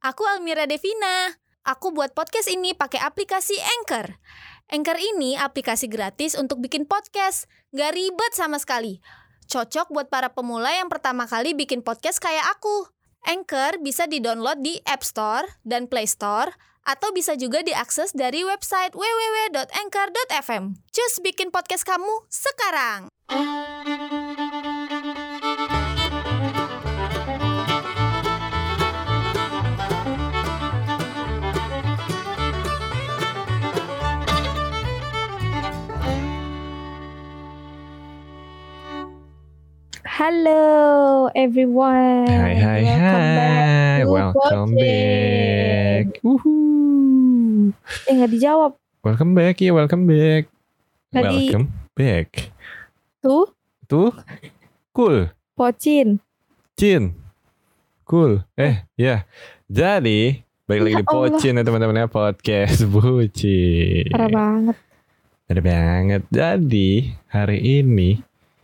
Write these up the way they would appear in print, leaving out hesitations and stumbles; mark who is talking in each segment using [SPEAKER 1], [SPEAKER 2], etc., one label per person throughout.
[SPEAKER 1] Aku Almira Devina. Aku buat podcast ini pakai aplikasi Anchor. Anchor ini aplikasi gratis untuk bikin podcast. Nggak ribet sama sekali. Cocok buat para pemula yang pertama kali bikin podcast kayak aku. Anchor bisa di-download di App Store dan Play Store, atau bisa juga diakses dari website www.anchor.fm. Cus bikin podcast kamu sekarang!
[SPEAKER 2] Hello everyone.
[SPEAKER 3] Hi. Welcome back. Woohoo.
[SPEAKER 2] Nggak dijawab.
[SPEAKER 3] Welcome back.
[SPEAKER 2] Tadi
[SPEAKER 3] Welcome back.
[SPEAKER 2] Tuh.
[SPEAKER 3] Cool.
[SPEAKER 2] Pocin.
[SPEAKER 3] Cin. Cool. Ya. Jadi balik lagi di Pocin ya teman-teman ya, podcast Bucin.
[SPEAKER 2] Parah banget.
[SPEAKER 3] Jadi hari ini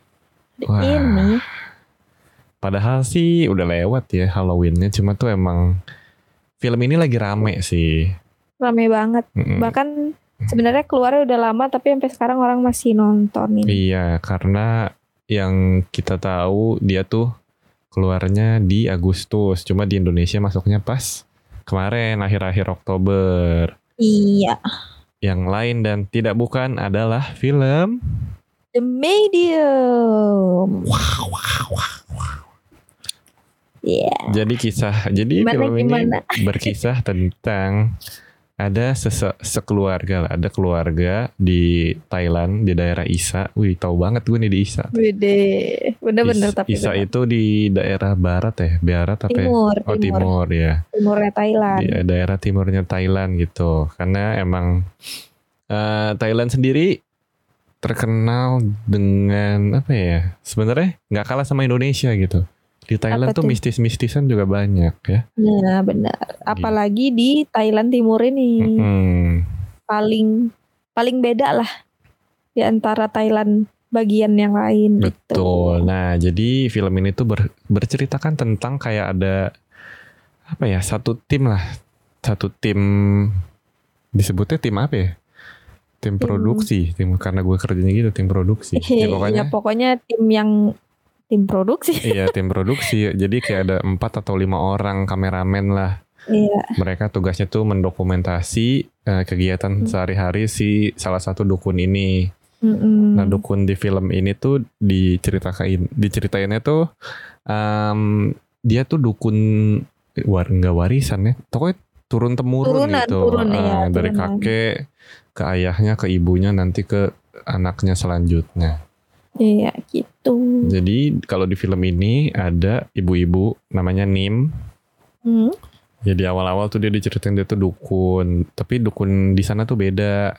[SPEAKER 3] padahal sih udah lewat ya Halloween-nya, cuma tuh emang film ini lagi rame sih.
[SPEAKER 2] Rame banget. Bahkan sebenarnya keluarnya udah lama, tapi sampai sekarang orang masih nontonin.
[SPEAKER 3] Iya, karena yang kita tahu dia tuh keluarnya di Agustus, cuma di Indonesia masuknya pas kemarin akhir-akhir Oktober.
[SPEAKER 2] Iya.
[SPEAKER 3] Yang lain dan tidak bukan adalah film
[SPEAKER 2] The Medium.
[SPEAKER 3] Wow.
[SPEAKER 2] Yeah.
[SPEAKER 3] Jadi film ini berkisah tentang ada sekeluarga lah. Ada keluarga di Thailand, di daerah Isa. Wih, tahu banget gue nih di Isa.
[SPEAKER 2] Bener-bener tapi
[SPEAKER 3] Isa itu di daerah barat ya? Timur ya.
[SPEAKER 2] Timurnya Thailand.
[SPEAKER 3] Di daerah timurnya Thailand gitu. Karena emang Thailand sendiri terkenal dengan apa ya? Sebenarnya nggak kalah sama Indonesia gitu. Di Thailand tuh mistis-mistisan juga banyak ya.
[SPEAKER 2] Nah, benar. Apalagi di Thailand Timur ini. Paling beda lah di antara Thailand bagian yang lain.
[SPEAKER 3] Betul.
[SPEAKER 2] Gitu.
[SPEAKER 3] Nah, jadi film ini tuh berceritakan tentang kayak ada apa ya? Satu tim disebutnya tim apa ya? Tim produksi, karena gue kerjanya gitu, tim produksi.
[SPEAKER 2] Pokoknya tim produksi.
[SPEAKER 3] Iya, tim produksi. Jadi kayak ada 4 atau 5 orang kameramen lah.
[SPEAKER 2] Iya.
[SPEAKER 3] Mereka tugasnya tuh mendokumentasi kegiatan sehari-hari si salah satu dukun ini. Nah, dukun di film ini tuh diceritainnya tuh dia tuh dukun nggak warisan ya. Pokoknya turun-temurun gitu. Dari kakek ke ayahnya, ke ibunya, nanti ke anaknya selanjutnya.
[SPEAKER 2] Iya gitu.
[SPEAKER 3] Jadi kalau di film ini ada ibu-ibu namanya Nim. Jadi awal-awal tuh dia diceritain dia tuh dukun, tapi dukun di sana tuh beda.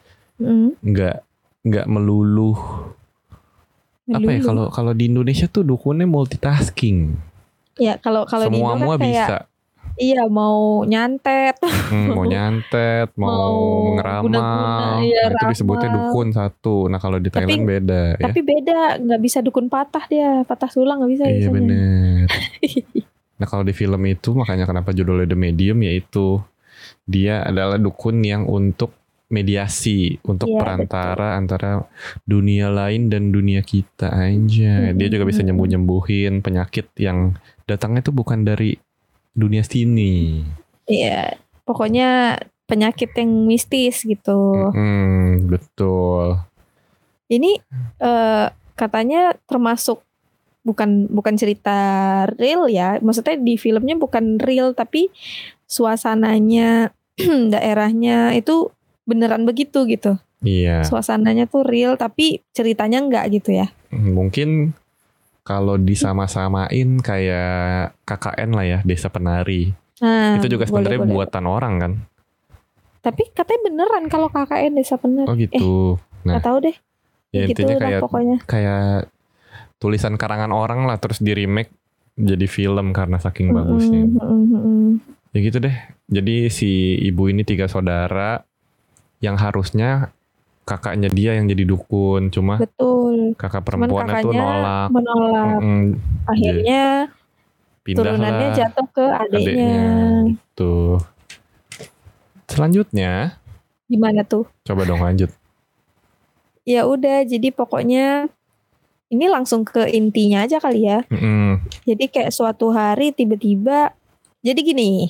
[SPEAKER 3] Nggak melulu. Apa ya, kalau di Indonesia tuh dukunnya multitasking.
[SPEAKER 2] Ya kalau di Indonesia
[SPEAKER 3] semua
[SPEAKER 2] kan
[SPEAKER 3] bisa.
[SPEAKER 2] Iya, mau nyantet,
[SPEAKER 3] mau ngeramal, itu disebutnya dukun satu. Nah kalau di Thailand beda ya.
[SPEAKER 2] Tapi beda, nggak bisa dukun patah tulang nggak bisa.
[SPEAKER 3] Iya benar. Nah kalau di film itu makanya kenapa judulnya The Medium, yaitu dia adalah dukun yang untuk mediasi, untuk perantara antara dunia lain dan dunia kita aja. Dia juga bisa nyembuhin penyakit yang datangnya tuh bukan dari dunia sini.
[SPEAKER 2] Iya, pokoknya penyakit yang mistis gitu.
[SPEAKER 3] Betul.
[SPEAKER 2] Ini katanya termasuk bukan cerita real ya. Maksudnya di filmnya bukan real, tapi suasananya daerahnya itu beneran begitu gitu.
[SPEAKER 3] Iya.
[SPEAKER 2] Suasananya tuh real, tapi ceritanya enggak gitu ya.
[SPEAKER 3] Mungkin kalau disama-samain kayak KKN lah ya, Desa Penari. Itu juga sebenarnya buatan orang kan.
[SPEAKER 2] Tapi katanya beneran kalau KKN Desa Penari.
[SPEAKER 3] Oh gitu.
[SPEAKER 2] Nggak tahu deh.
[SPEAKER 3] Ya
[SPEAKER 2] gitu
[SPEAKER 3] intinya
[SPEAKER 2] pokoknya.
[SPEAKER 3] Kayak tulisan karangan orang lah, terus di remake jadi film karena saking bagusnya. Ya gitu deh. Jadi si ibu ini 3 saudara yang harusnya kakaknya dia yang jadi dukun, cuma
[SPEAKER 2] betul.
[SPEAKER 3] Kakak perempuannya tuh menolak.
[SPEAKER 2] Akhirnya turunannya jatuh ke adiknya.
[SPEAKER 3] Gitu. Selanjutnya
[SPEAKER 2] gimana tuh?
[SPEAKER 3] Coba dong lanjut.
[SPEAKER 2] Ya udah, jadi pokoknya ini langsung ke intinya aja kali ya. Jadi kayak suatu hari tiba-tiba, jadi gini.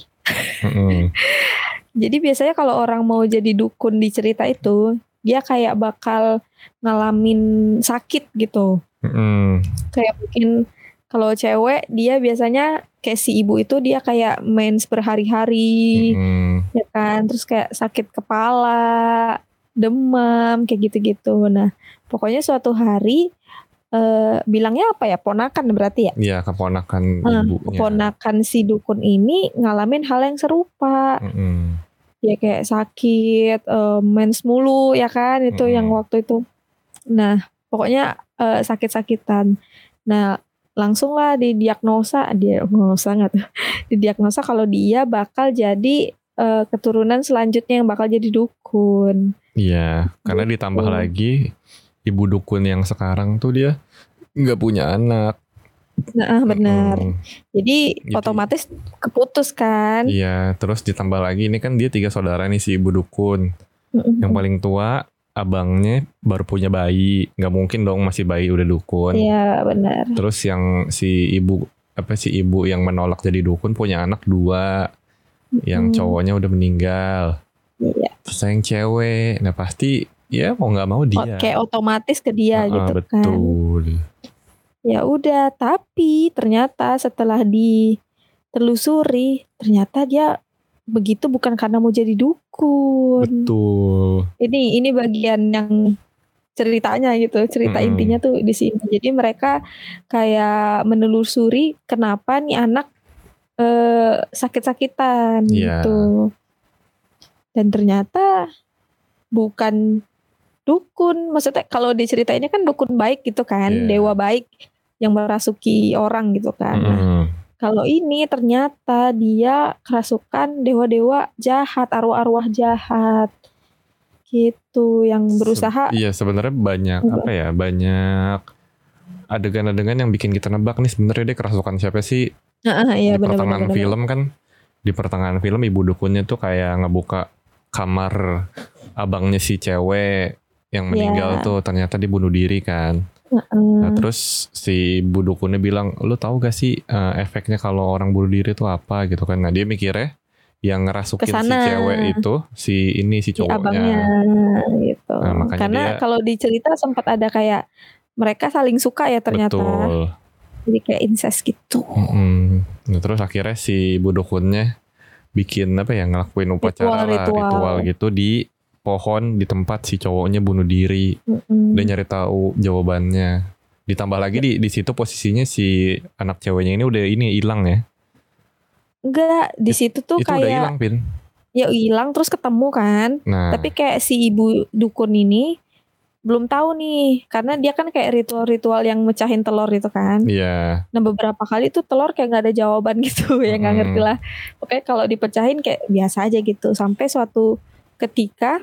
[SPEAKER 2] Jadi biasanya kalau orang mau jadi dukun di cerita itu, dia kayak bakal ngalamin sakit gitu. Kayak mungkin kalau cewek dia biasanya kayak si ibu itu dia kayak mens berhari-hari, ya kan, terus kayak sakit kepala, demam, kayak gitu-gitu. Nah, pokoknya suatu hari bilangnya apa ya, ponakan berarti ya?
[SPEAKER 3] Iya, keponakan ibunya.
[SPEAKER 2] Keponakan si dukun ini ngalamin hal yang serupa. Ya kayak sakit, mens mulu ya kan, itu yang waktu itu. Nah, pokoknya sakit-sakitan. Nah, langsung lah didiagnosa kalau dia bakal jadi keturunan selanjutnya yang bakal jadi dukun.
[SPEAKER 3] Iya, karena ditambah lagi ibu dukun yang sekarang tuh dia nggak punya anak.
[SPEAKER 2] Nah, benar. Jadi otomatis keputus kan.
[SPEAKER 3] Iya, terus ditambah lagi ini kan dia 3 saudara nih si ibu dukun. Yang paling tua abangnya baru punya bayi, nggak mungkin dong masih bayi udah dukun.
[SPEAKER 2] Iya, benar.
[SPEAKER 3] Terus yang si ibu yang menolak jadi dukun punya anak 2, yang cowoknya udah meninggal.
[SPEAKER 2] Iya.
[SPEAKER 3] Terus yang cewek, nah pasti ya mau nggak mau dia.
[SPEAKER 2] Kayak otomatis ke dia gitu
[SPEAKER 3] betul.
[SPEAKER 2] kan. Betul. Ya udah, tapi ternyata setelah ditelusuri, ternyata dia begitu bukan karena mau jadi dukun.
[SPEAKER 3] Betul.
[SPEAKER 2] Ini bagian yang ceritanya gitu, cerita intinya tuh di sini. Jadi mereka kayak menelusuri kenapa nih anak sakit-sakitan gitu. Dan ternyata bukan dukun, maksudnya kalau diceritainnya kan dukun baik gitu kan, dewa baik yang merasuki orang gitu kan. Nah, kalau ini ternyata dia kerasukan dewa-dewa jahat, arwah-arwah jahat gitu yang berusaha.
[SPEAKER 3] Iya, sebenarnya banyak banyak adegan-adegan yang bikin kita nebak nih sebenarnya dia kerasukan siapa sih.
[SPEAKER 2] Iya,
[SPEAKER 3] di pertengahan film kan, di pertengahan film ibu dukunnya tuh kayak ngebuka kamar abangnya si cewek yang meninggal tuh, ternyata dibunuh diri kan. Nah, terus si ibu dukunnya bilang, lu tahu gak sih efeknya kalau orang bunuh diri itu apa gitu kan. Nah, dia mikirnya yang ngerasukin
[SPEAKER 2] kesana,
[SPEAKER 3] si cewek itu si cowoknya.
[SPEAKER 2] Abangnya gitu. Nah, karena kalau dicerita sempat ada kayak mereka saling suka ya ternyata.
[SPEAKER 3] Betul.
[SPEAKER 2] Jadi kayak incest gitu.
[SPEAKER 3] Nah, terus akhirnya si ibu dukunnya bikin ngelakuin upacara ritual gitu di pohon di tempat si cowoknya bunuh diri. Dan nyari tahu jawabannya. Ditambah lagi di situ posisinya si anak ceweknya ini udah hilang ya.
[SPEAKER 2] Enggak, di situ tuh
[SPEAKER 3] itu
[SPEAKER 2] kayak
[SPEAKER 3] udah hilang, Pin.
[SPEAKER 2] Ya hilang terus ketemu kan.
[SPEAKER 3] Nah,
[SPEAKER 2] tapi kayak si ibu dukun ini belum tahu nih, karena dia kan kayak ritual-ritual yang mecahin telur itu kan.
[SPEAKER 3] Iya.
[SPEAKER 2] Nah, beberapa kali tuh telur kayak nggak ada jawaban gitu, ya nggak ngerti lah. Pokoknya kalau dipecahin kayak biasa aja gitu. Sampai suatu ketika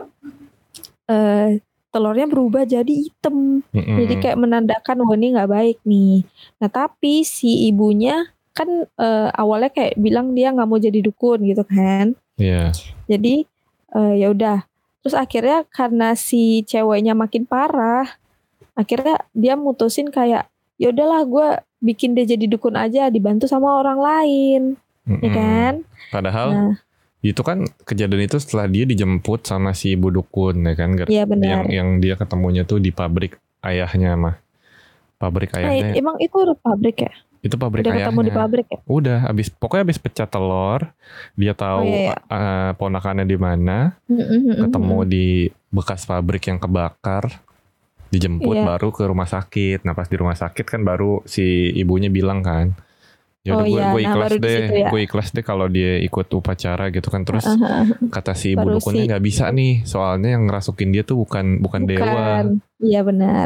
[SPEAKER 2] telurnya berubah jadi hitam. Jadi kayak menandakan wah ini nggak baik nih. Nah, tapi si ibunya kan awalnya kayak bilang dia nggak mau jadi dukun gitu kan.
[SPEAKER 3] Iya.
[SPEAKER 2] Jadi ya udah. Terus akhirnya karena si ceweknya makin parah, akhirnya dia mutusin kayak ya udahlah gue bikin dia jadi dukun aja, dibantu sama orang lain, ya kan?
[SPEAKER 3] Padahal itu kan kejadian itu setelah dia dijemput sama si ibu dukun, ya kan?
[SPEAKER 2] Iya, benar.
[SPEAKER 3] Yang dia ketemunya tuh di pabrik ayahnya mah. Pabrik ayahnya.
[SPEAKER 2] Emang itu udah pabrik ya?
[SPEAKER 3] Itu pabrik
[SPEAKER 2] udah
[SPEAKER 3] ayahnya.
[SPEAKER 2] Ketemu di pabrik ya?
[SPEAKER 3] Udah, pokoknya abis pecah telur, dia tahu ponakannya di mana, ketemu di bekas pabrik yang kebakar, dijemput baru ke rumah sakit. Nah, pas di rumah sakit kan baru si ibunya bilang kan, ya udah gue ikhlas gue ikhlas deh kalau dia ikut upacara gitu kan. Terus kata si ibu dukunnya nggak bisa nih, soalnya yang ngerasukin dia tuh bukan dewa.
[SPEAKER 2] Iya benar.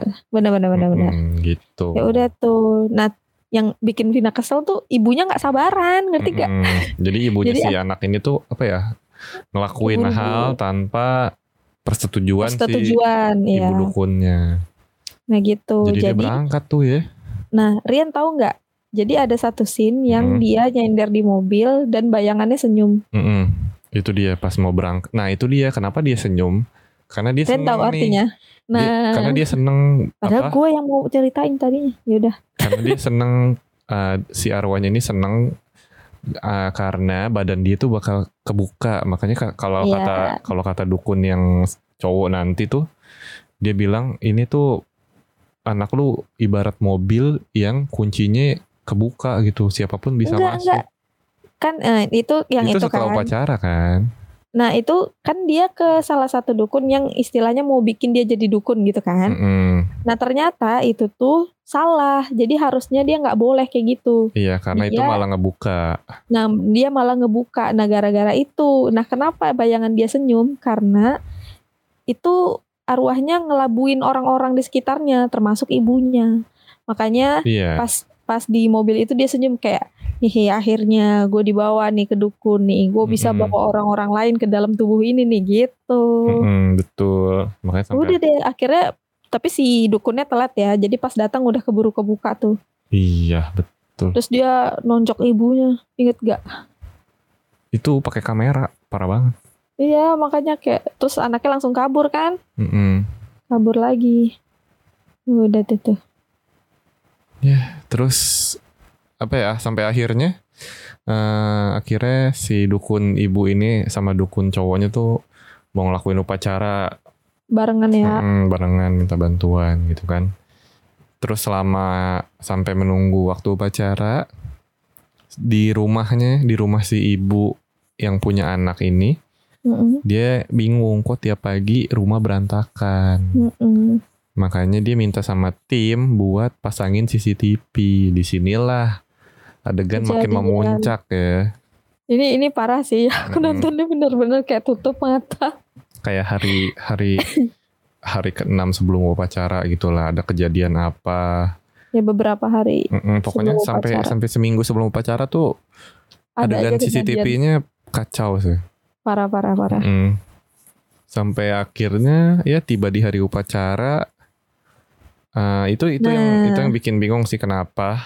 [SPEAKER 3] Gitu.
[SPEAKER 2] Ya udah tuh. Nah, yang bikin Vina kesel tuh ibunya nggak sabaran, ngerti gak?
[SPEAKER 3] Jadi ibunya si anak ini tuh ngelakuin hal tanpa persetujuan si ibu dukunnya.
[SPEAKER 2] Nah gitu.
[SPEAKER 3] Jadi dia berangkat tuh ya.
[SPEAKER 2] Nah, Rian tahu nggak Jadi ada satu scene yang dia nyender di mobil dan bayangannya senyum.
[SPEAKER 3] Itu dia pas mau berangkat. Nah itu dia kenapa dia senyum? Karena dia seneng
[SPEAKER 2] tahu
[SPEAKER 3] nih.
[SPEAKER 2] Artinya. Nah,
[SPEAKER 3] karena dia seneng.
[SPEAKER 2] Padahal gue yang mau ceritain tadinya. Yaudah.
[SPEAKER 3] Karena dia seneng, si arwahnya ini seneng karena badan dia tuh bakal kebuka. Makanya kalau kata dukun yang cowok nanti tuh, dia bilang ini tuh anak lu ibarat mobil yang kuncinya kebuka gitu, siapapun bisa masuk. Enggak.
[SPEAKER 2] Kan itu yang itu
[SPEAKER 3] setelah
[SPEAKER 2] kan.
[SPEAKER 3] upacara kan.
[SPEAKER 2] Nah itu kan dia ke salah satu dukun yang istilahnya mau bikin dia jadi dukun gitu kan. Nah ternyata itu tuh salah. Jadi harusnya dia gak boleh kayak gitu.
[SPEAKER 3] Iya karena itu malah ngebuka.
[SPEAKER 2] Nah dia malah ngebuka. Nah gara-gara itu. Nah kenapa bayangan dia senyum? Karena itu arwahnya ngelabuin orang-orang di sekitarnya. Termasuk ibunya. Makanya pas di mobil itu dia senyum kayak, nih akhirnya gue dibawa nih ke dukun nih, gue bisa bawa orang-orang lain ke dalam tubuh ini nih gitu.
[SPEAKER 3] Betul. Makanya sampai
[SPEAKER 2] udah deh akhirnya, tapi si dukunnya telat ya, jadi pas datang udah keburu kebuka tuh.
[SPEAKER 3] Iya betul.
[SPEAKER 2] Terus dia nonjok ibunya, inget gak?
[SPEAKER 3] Itu pakai kamera, parah banget.
[SPEAKER 2] Iya makanya kayak, terus anaknya langsung kabur kan? Kabur lagi. Udah tuh.
[SPEAKER 3] Ya terus apa ya sampai akhirnya si dukun ibu ini sama dukun cowoknya tuh mau ngelakuin upacara
[SPEAKER 2] barengan ya.
[SPEAKER 3] Barengan minta bantuan gitu kan. Terus sampai menunggu waktu upacara di rumah si ibu yang punya anak ini, dia bingung kok tiap pagi rumah berantakan. Makanya dia minta sama tim buat pasangin CCTV. Disinilah adegan makin memuncak ya.
[SPEAKER 2] Ini parah sih. Aku nontonnya bener-bener kayak tutup mata.
[SPEAKER 3] Kayak hari ke-6 sebelum upacara gitulah. Ada kejadian apa?
[SPEAKER 2] Ya beberapa hari.
[SPEAKER 3] Pokoknya sampai seminggu sebelum upacara tuh adegan CCTV-nya kacau sih.
[SPEAKER 2] Parah.
[SPEAKER 3] Sampai akhirnya ya tiba di hari upacara. Itu yang bikin bingung sih kenapa?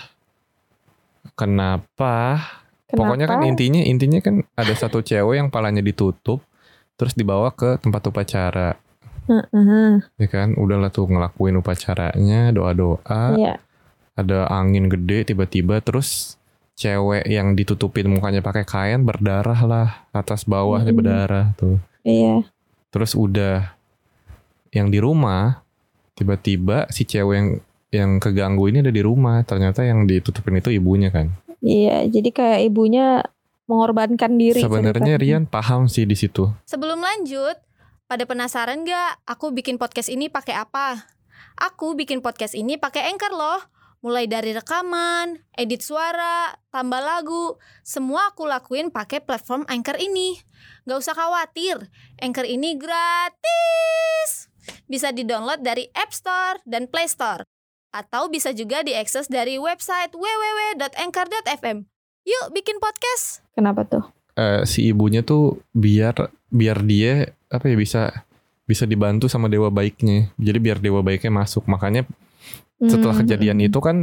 [SPEAKER 3] Pokoknya kan intinya kan ada satu cewek yang palanya ditutup terus dibawa ke tempat upacara. Ya kan, udahlah tuh ngelakuin upacaranya, doa-doa. Ada angin gede tiba-tiba terus cewek yang ditutupin mukanya pakai kain berdarah lah, atas bawahnya berdarah tuh.
[SPEAKER 2] Iya.
[SPEAKER 3] Terus udah yang di rumah tiba-tiba si cewek yang keganggu ini ada di rumah. Ternyata yang ditutupin itu ibunya kan.
[SPEAKER 2] Iya, jadi kayak ibunya mengorbankan diri.
[SPEAKER 3] Sebenarnya Rian paham sih di situ.
[SPEAKER 1] Sebelum lanjut, pada penasaran gak aku bikin podcast ini pakai apa? Aku bikin podcast ini pakai Anchor loh. Mulai dari rekaman, edit suara, tambah lagu, semua aku lakuin pakai platform Anchor ini. Gak usah khawatir, Anchor ini gratis. Bisa di-download dari App Store dan Play Store. Atau bisa juga diakses dari website www.anchor.fm. Yuk bikin podcast.
[SPEAKER 2] Kenapa tuh?
[SPEAKER 3] Si ibunya tuh biar dia bisa dibantu sama dewa baiknya. Jadi biar dewa baiknya masuk. Makanya setelah kejadian itu kan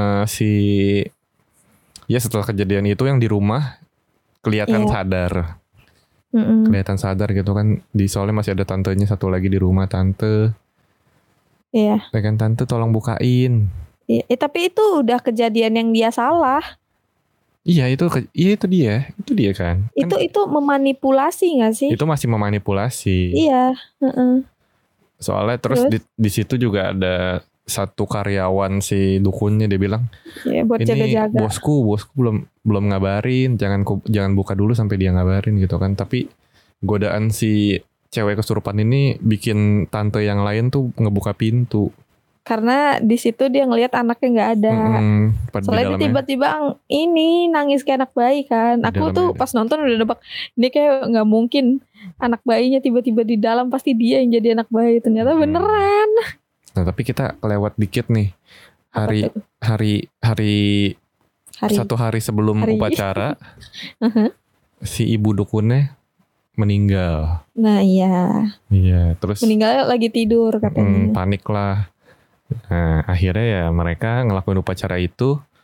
[SPEAKER 3] setelah kejadian itu yang di rumah kelihatan sadar. Kelihatan sadar gitu kan. Soalnya masih ada tantenya satu lagi di rumah, tante.
[SPEAKER 2] Iya.
[SPEAKER 3] Kan tante tolong bukain.
[SPEAKER 2] Tapi itu udah kejadian yang dia salah.
[SPEAKER 3] Iya itu dia kan.
[SPEAKER 2] Itu memanipulasi nggak sih?
[SPEAKER 3] Itu masih memanipulasi.
[SPEAKER 2] Iya.
[SPEAKER 3] Soalnya terus di situ juga ada satu karyawan si dukunnya, dia bilang,
[SPEAKER 2] buat
[SPEAKER 3] ini
[SPEAKER 2] jaga-jaga.
[SPEAKER 3] bosku belum ngabarin, jangan buka dulu sampai dia ngabarin gitu kan. Tapi godaan si cewek kesurupan ini bikin tante yang lain tuh ngebuka pintu.
[SPEAKER 2] Karena di situ dia ngelihat anaknya nggak ada. Soalnya tiba-tiba ini nangis kayak anak bayi kan. Aku tuh pas nonton udah nebak, ini kayak nggak mungkin anak bayinya tiba-tiba di dalam, pasti dia yang jadi anak bayi. Ternyata beneran.
[SPEAKER 3] Nah tapi kita kelewat dikit nih hari satu hari sebelum upacara si ibu dukunnya meninggal.
[SPEAKER 2] Nah iya.
[SPEAKER 3] Terus
[SPEAKER 2] meninggalnya lagi tidur katanya.
[SPEAKER 3] Panik lah. Nah akhirnya ya mereka ngelakuin upacara itu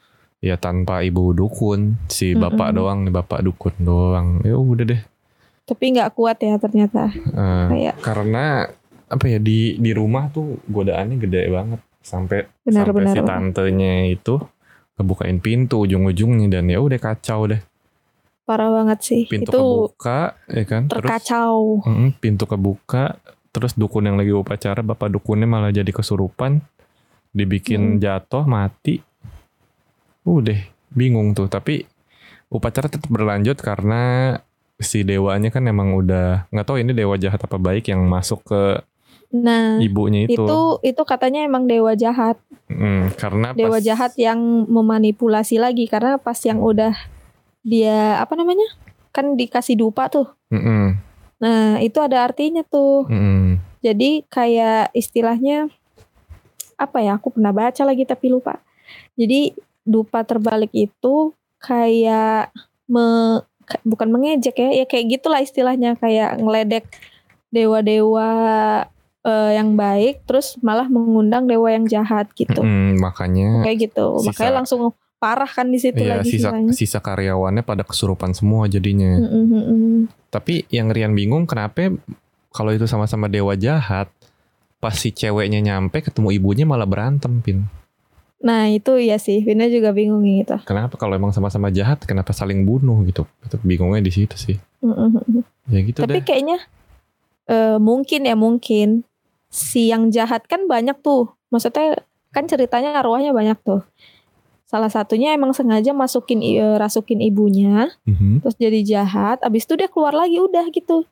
[SPEAKER 3] ya tanpa ibu dukun, si bapak doang, bapak dukun doang. Ya udah deh.
[SPEAKER 2] Tapi nggak kuat ya ternyata.
[SPEAKER 3] Karena apa ya, di rumah tuh godaannya gede banget sampai si tantenya itu ngebukain pintu ujung-ujungnya, dan ya udah kacau deh.
[SPEAKER 2] Parah banget sih.
[SPEAKER 3] Pintu
[SPEAKER 2] itu
[SPEAKER 3] kebuka, ya kan?
[SPEAKER 2] Terkacau.
[SPEAKER 3] Terus, pintu kebuka, terus dukun yang lagi upacara, bapak dukunnya malah jadi kesurupan, dibikin jatuh mati. Udah bingung tuh. Tapi upacara tetap berlanjut karena si dewanya kan emang udah nggak tahu ini dewa jahat apa baik yang masuk ke ibunya itu.
[SPEAKER 2] Itu katanya emang dewa jahat.
[SPEAKER 3] Karena
[SPEAKER 2] dewa jahat yang memanipulasi lagi, karena pas yang udah dia kan dikasih dupa tuh. Nah itu ada artinya tuh. Jadi kayak istilahnya apa ya, aku pernah baca lagi tapi lupa. Jadi dupa terbalik itu kayak bukan mengejek ya kayak gitulah istilahnya, kayak ngeledek dewa-dewa yang baik, terus malah mengundang dewa yang jahat gitu.
[SPEAKER 3] Makanya
[SPEAKER 2] kayak gitu. Makanya langsung parah kan di situ lagi.
[SPEAKER 3] Sisa karyawannya pada kesurupan semua jadinya. Tapi yang Rian bingung kenapa kalau itu sama-sama dewa jahat, pas si ceweknya nyampe ketemu ibunya malah berantem, Pin.
[SPEAKER 2] Nah itu ya sih, Vina juga bingung gitu.
[SPEAKER 3] Kenapa kalau emang sama-sama jahat, kenapa saling bunuh gitu? Itu bingungnya di situ sih. Ya gitu.
[SPEAKER 2] Tapi
[SPEAKER 3] deh.
[SPEAKER 2] Kayaknya mungkin si yang jahat kan banyak tuh. Maksudnya kan ceritanya arwahnya banyak tuh. Salah satunya emang sengaja rasukin ibunya, terus jadi jahat. Abis itu dia keluar lagi udah gitu.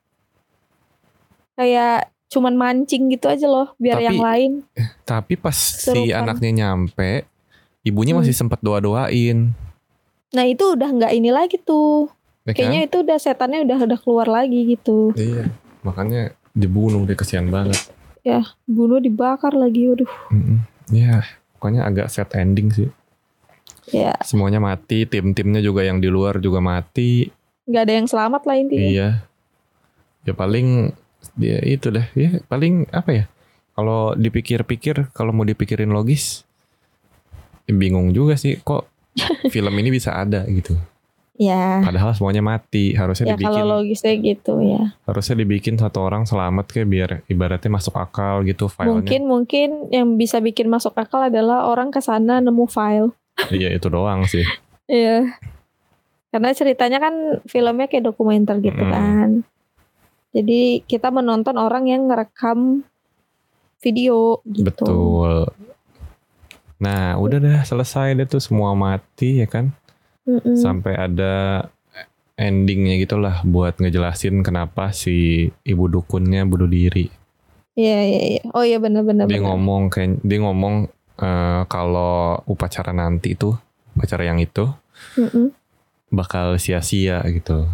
[SPEAKER 2] Kayak cuman mancing gitu aja loh, biar yang lain.
[SPEAKER 3] Tapi pas si anaknya nyampe, ibunya masih sempat doa-doain.
[SPEAKER 2] Nah itu udah nggak ini lagi tuh. Ya, kayaknya kan? Itu udah setannya udah keluar lagi gitu.
[SPEAKER 3] Iya, makanya dibunuh, dia kesian banget.
[SPEAKER 2] Ya, bunuh dibakar lagi, aduh.
[SPEAKER 3] Ya, pokoknya agak sad ending sih.
[SPEAKER 2] Ya.
[SPEAKER 3] Semuanya mati, tim-timnya juga yang di luar juga mati.
[SPEAKER 2] Nggak ada yang selamat lah intinya.
[SPEAKER 3] Iya. Ya paling dia itu deh, ya paling apa ya? Kalau dipikir-pikir, kalau mau dipikirin logis, bingung juga sih kok film ini bisa ada gitu.
[SPEAKER 2] Ya.
[SPEAKER 3] Padahal semuanya mati, harusnya dibikin.
[SPEAKER 2] Ya kalau logisnya gitu ya.
[SPEAKER 3] Harusnya dibikin satu orang selamat kayak biar ibaratnya masuk akal gitu filenya.
[SPEAKER 2] Mungkin yang bisa bikin masuk akal adalah orang kesana nemu file.
[SPEAKER 3] Iya itu doang sih.
[SPEAKER 2] Iya. Karena ceritanya kan filmnya kayak dokumenter gitu kan. Jadi kita menonton orang yang ngerekam video gitu.
[SPEAKER 3] Betul. Nah udah dah selesai deh tuh semua mati ya kan. Sampai ada endingnya gitulah buat ngejelasin kenapa si ibu dukunnya bunuh diri.
[SPEAKER 2] Iya. Oh iya benar-benar.
[SPEAKER 3] Dia ngomong kalau upacara nanti itu, upacara yang itu bakal sia-sia gitu.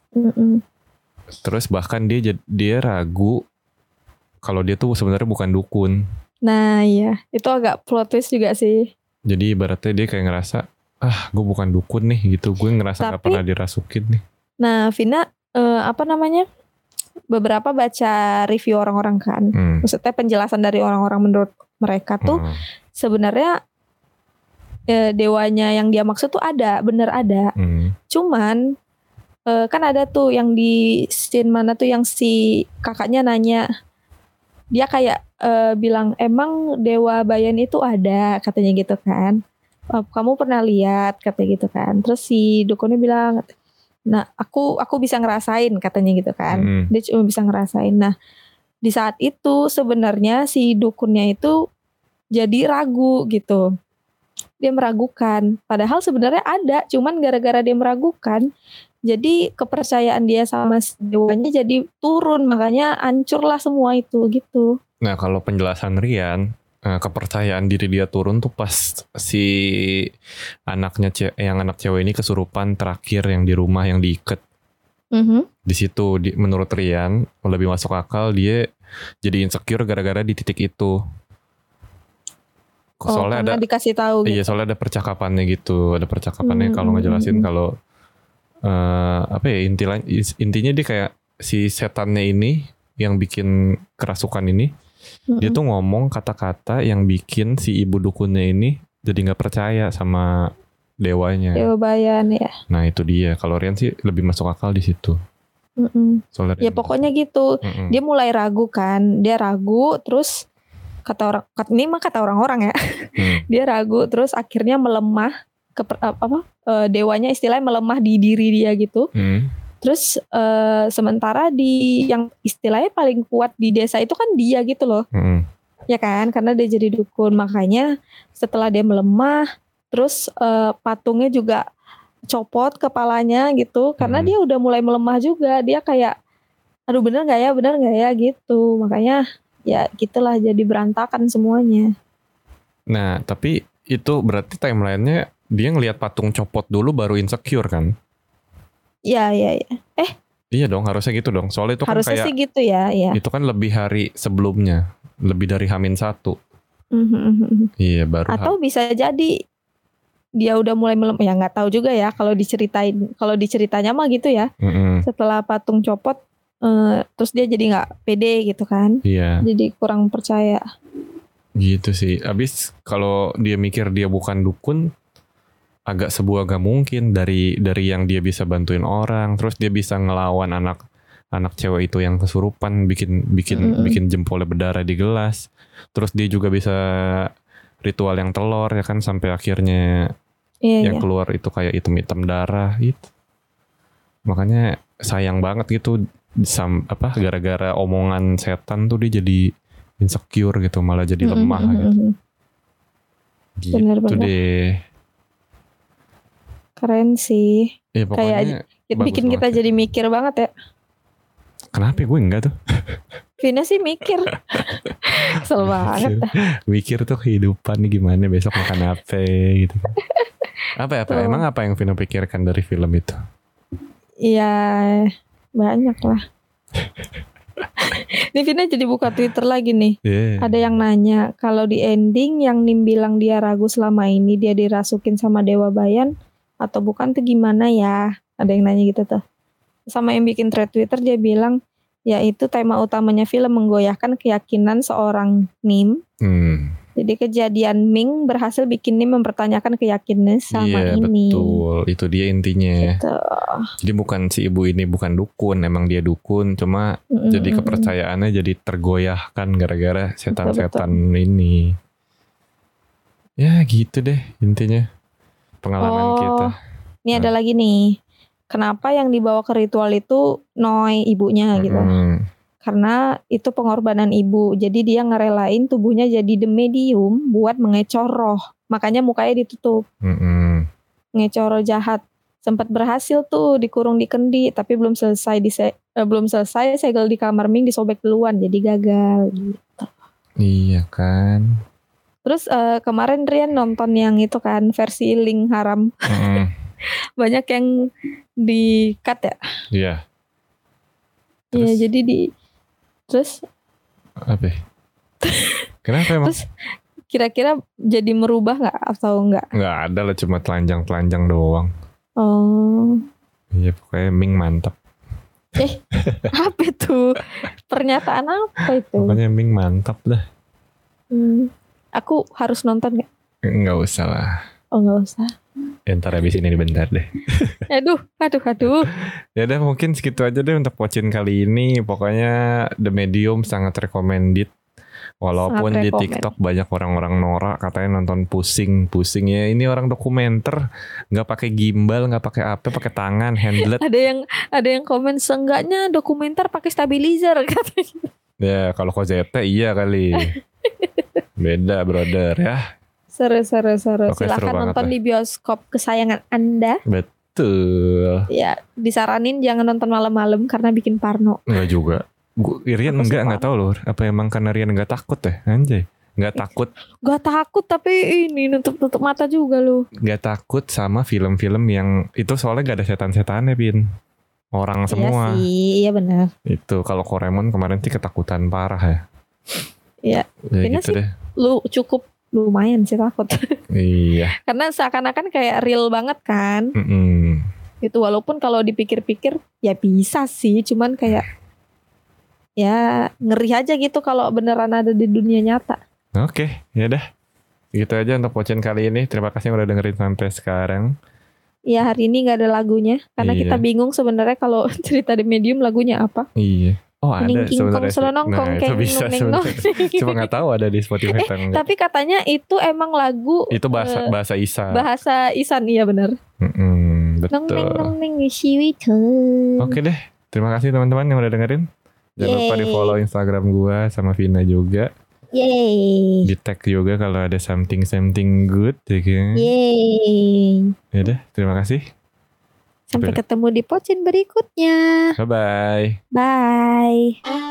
[SPEAKER 3] Terus bahkan dia ragu kalau dia tuh sebenarnya bukan dukun.
[SPEAKER 2] Nah iya, itu agak plot twist juga sih.
[SPEAKER 3] Jadi ibaratnya dia kayak ngerasa, gue bukan dukun nih gitu, gue ngerasa gak pernah dirasukin nih.
[SPEAKER 2] Nah Vina, beberapa baca review orang-orang kan, maksudnya penjelasan dari orang-orang menurut mereka tuh sebenarnya dewanya yang dia maksud tuh bener ada. Cuman kan ada tuh yang di scene mana tuh yang si kakaknya nanya, dia kayak bilang emang dewa bayan itu ada katanya gitu kan. Kamu pernah lihat katanya gitu kan. Terus si dukunnya bilang, nah aku bisa ngerasain katanya gitu kan. Dia cuma bisa ngerasain. Nah di saat itu sebenarnya si dukunnya itu jadi ragu gitu. Dia meragukan. Padahal sebenarnya ada, cuman gara-gara dia meragukan, jadi kepercayaan dia sama si dewanya jadi turun, makanya hancurlah semua itu gitu.
[SPEAKER 3] Nah kalau penjelasan Rian, kepercayaan diri dia turun tuh pas si anak cewek ini kesurupan terakhir yang di rumah yang diikat. Di situ menurut Rian lebih masuk akal, dia jadi insecure gara-gara di titik itu. Soalnya ada
[SPEAKER 2] dikasih tahu gitu.
[SPEAKER 3] Iya, soalnya ada percakapannya gitu, ada percakapannya kalau ngejelasin kalau intinya dia kayak si setannya ini yang bikin kerasukan ini, dia tuh ngomong kata-kata yang bikin si ibu dukunnya ini jadi nggak percaya sama dewanya.
[SPEAKER 2] Dewa Bayan ya.
[SPEAKER 3] Nah itu dia. Kalau Rian sih lebih masuk akal di situ.
[SPEAKER 2] Ya pokoknya gitu. Dia mulai ragu kan. Dia ragu terus kata orang-orang ya. Dia ragu terus akhirnya melemah dewanya istilahnya melemah di diri dia gitu. Terus sementara yang istilahnya paling kuat di desa itu kan dia gitu loh. Ya kan, karena dia jadi dukun. Makanya setelah dia melemah, terus patungnya juga copot kepalanya gitu. Karena dia udah mulai melemah juga. Dia kayak, aduh bener gak ya gitu. Makanya ya gitulah jadi berantakan semuanya.
[SPEAKER 3] Nah tapi itu berarti timelinenya dia ngelihat patung copot dulu baru insecure kan? Iya. Iya dong, harusnya gitu dong. Soalnya itu
[SPEAKER 2] harusnya
[SPEAKER 3] kan kayak
[SPEAKER 2] sih gitu ya.
[SPEAKER 3] Itu kan lebih hari sebelumnya, lebih dari H-1. Iya baru.
[SPEAKER 2] Atau bisa jadi dia udah mulai melemah. Ya nggak tahu juga ya kalau diceritanya mah gitu ya. Setelah patung copot, terus dia jadi nggak pede gitu kan?
[SPEAKER 3] Iya.
[SPEAKER 2] Jadi kurang percaya.
[SPEAKER 3] Gitu sih. Abis kalau dia mikir dia bukan dukun, agak gak mungkin dari yang dia bisa bantuin orang, terus dia bisa ngelawan anak cewek itu yang kesurupan, bikin jempolnya berdarah di gelas, terus dia juga bisa ritual yang telur ya kan sampai akhirnya yang keluar itu kayak hitam darah gitu. Makanya sayang banget gitu gara-gara omongan setan tuh dia jadi insecure gitu, malah jadi lemah gitu.
[SPEAKER 2] Bener.
[SPEAKER 3] Deh.
[SPEAKER 2] Keren sih.
[SPEAKER 3] Ya,
[SPEAKER 2] kayak bikin kita jadi mikir banget ya.
[SPEAKER 3] Kenapa gue enggak tuh?
[SPEAKER 2] Vina sih mikir. Kesel banget.
[SPEAKER 3] Mikir tuh kehidupan nih gimana, besok makan apa gitu. Apa emang apa yang Vina pikirkan dari film itu?
[SPEAKER 2] Iya banyak lah. Ini Vina jadi buka Twitter lagi nih. Ada yang nanya, kalau di ending yang Nim bilang dia ragu selama ini dia dirasukin sama Dewa Bayan atau bukan tuh gimana ya? Ada yang nanya gitu tuh. Sama yang bikin thread Twitter dia bilang, ya itu tema utamanya film menggoyahkan keyakinan seorang Nim. Jadi kejadian Ming berhasil bikin Nim mempertanyakan keyakinannya sama ini.
[SPEAKER 3] Iya betul, itu dia intinya.
[SPEAKER 2] Gitu.
[SPEAKER 3] Jadi bukan si ibu ini bukan dukun, emang dia dukun, cuma jadi kepercayaannya jadi tergoyahkan gara-gara setan-setan ini. Ya gitu deh intinya pengalaman kita.
[SPEAKER 2] Ini ada lagi nih. Kenapa yang dibawa ke ritual itu Noi ibunya gitu? Karena itu pengorbanan ibu. Jadi dia ngerelain tubuhnya jadi the medium buat mengecor roh. Makanya mukanya ditutup. Ngecor roh jahat. Sempat berhasil tuh dikurung di kendi, tapi belum selesai segel di kamar Ming disobek duluan, jadi gagal gitu.
[SPEAKER 3] Iya kan.
[SPEAKER 2] Terus kemarin Rian nonton yang itu kan versi Ling Haram. Banyak yang di-cut ya?
[SPEAKER 3] Iya.
[SPEAKER 2] Iya, jadi terus
[SPEAKER 3] apa? Kenapa emang?
[SPEAKER 2] Terus kira-kira jadi merubah gak atau enggak?
[SPEAKER 3] Enggak ada lah, cuma telanjang-telanjang doang.
[SPEAKER 2] Oh.
[SPEAKER 3] Iya pokoknya Ming mantap.
[SPEAKER 2] Apa itu? Pernyataan apa itu?
[SPEAKER 3] Pokoknya Ming mantap dah.
[SPEAKER 2] Aku harus nonton gak?
[SPEAKER 3] Enggak usah lah.
[SPEAKER 2] Oh gak usah.
[SPEAKER 3] Ntar habis ini bentar deh.
[SPEAKER 2] Aduh.
[SPEAKER 3] Ya udah mungkin segitu aja deh untuk Pocin kali ini. Pokoknya The Medium sangat recommended. Walaupun di TikTok banyak orang-orang norak katanya nonton pusing ya. Ini orang dokumenter, nggak pakai gimbal, nggak pakai apa, pakai tangan, handlet.
[SPEAKER 2] Ada yang komen seenggaknya dokumenter pakai stabilizer katanya.
[SPEAKER 3] Ya kalau KZT iya kali. Beda brother ya.
[SPEAKER 2] Seru.
[SPEAKER 3] Oke,
[SPEAKER 2] silahkan
[SPEAKER 3] seru
[SPEAKER 2] nonton di bioskop kesayangan Anda.
[SPEAKER 3] Betul.
[SPEAKER 2] Ya disaranin jangan nonton malam-malam karena bikin parno.
[SPEAKER 3] Enggak juga. Rian enggak tahu loh. Apa emang karena Rian enggak takut ya? Anjay. Enggak takut.
[SPEAKER 2] Gak takut tapi ini nutup mata juga loh.
[SPEAKER 3] Enggak takut sama film-film yang itu soalnya gak ada setan-setannya, Pin. Orang semua.
[SPEAKER 2] Iya sih, iya benar.
[SPEAKER 3] Itu kalau Koremon kemarin sih ketakutan parah ya.
[SPEAKER 2] Iya.
[SPEAKER 3] Ya gitu
[SPEAKER 2] sih,
[SPEAKER 3] deh.
[SPEAKER 2] Lu cukup lumayan sih takut.
[SPEAKER 3] Iya.
[SPEAKER 2] Karena seakan-akan kayak real banget kan. Itu walaupun kalau dipikir-pikir ya bisa sih, cuman kayak ya ngeri aja gitu kalau beneran ada di dunia nyata.
[SPEAKER 3] Oke, ya udah. Gitu aja untuk Pocin kali ini. Terima kasih yang udah dengerin sampai sekarang.
[SPEAKER 2] Ya hari ini gak ada lagunya karena
[SPEAKER 3] Iya.
[SPEAKER 2] kita bingung sebenarnya kalau cerita di Medium lagunya apa.
[SPEAKER 3] Iya. Oh ada sebenarnya.
[SPEAKER 2] Nah
[SPEAKER 3] itu bisa sebenarnya. Cuma nggak tahu ada di Spotify atau enggak.
[SPEAKER 2] Tapi katanya itu emang lagu.
[SPEAKER 3] Itu bahasa Isan.
[SPEAKER 2] Bahasa Isan, iya benar.
[SPEAKER 3] Betul.
[SPEAKER 2] Nong
[SPEAKER 3] Oke deh. Terima kasih teman-teman yang udah dengerin. Jangan lupa di follow Instagram gua sama Vina juga.
[SPEAKER 2] Yeay.
[SPEAKER 3] Di tag juga kalau ada something good ya kan.
[SPEAKER 2] Yeay.
[SPEAKER 3] Yaudah, terima kasih.
[SPEAKER 2] Sampai ketemu di Pocin berikutnya.
[SPEAKER 3] Bye-bye.
[SPEAKER 2] Bye.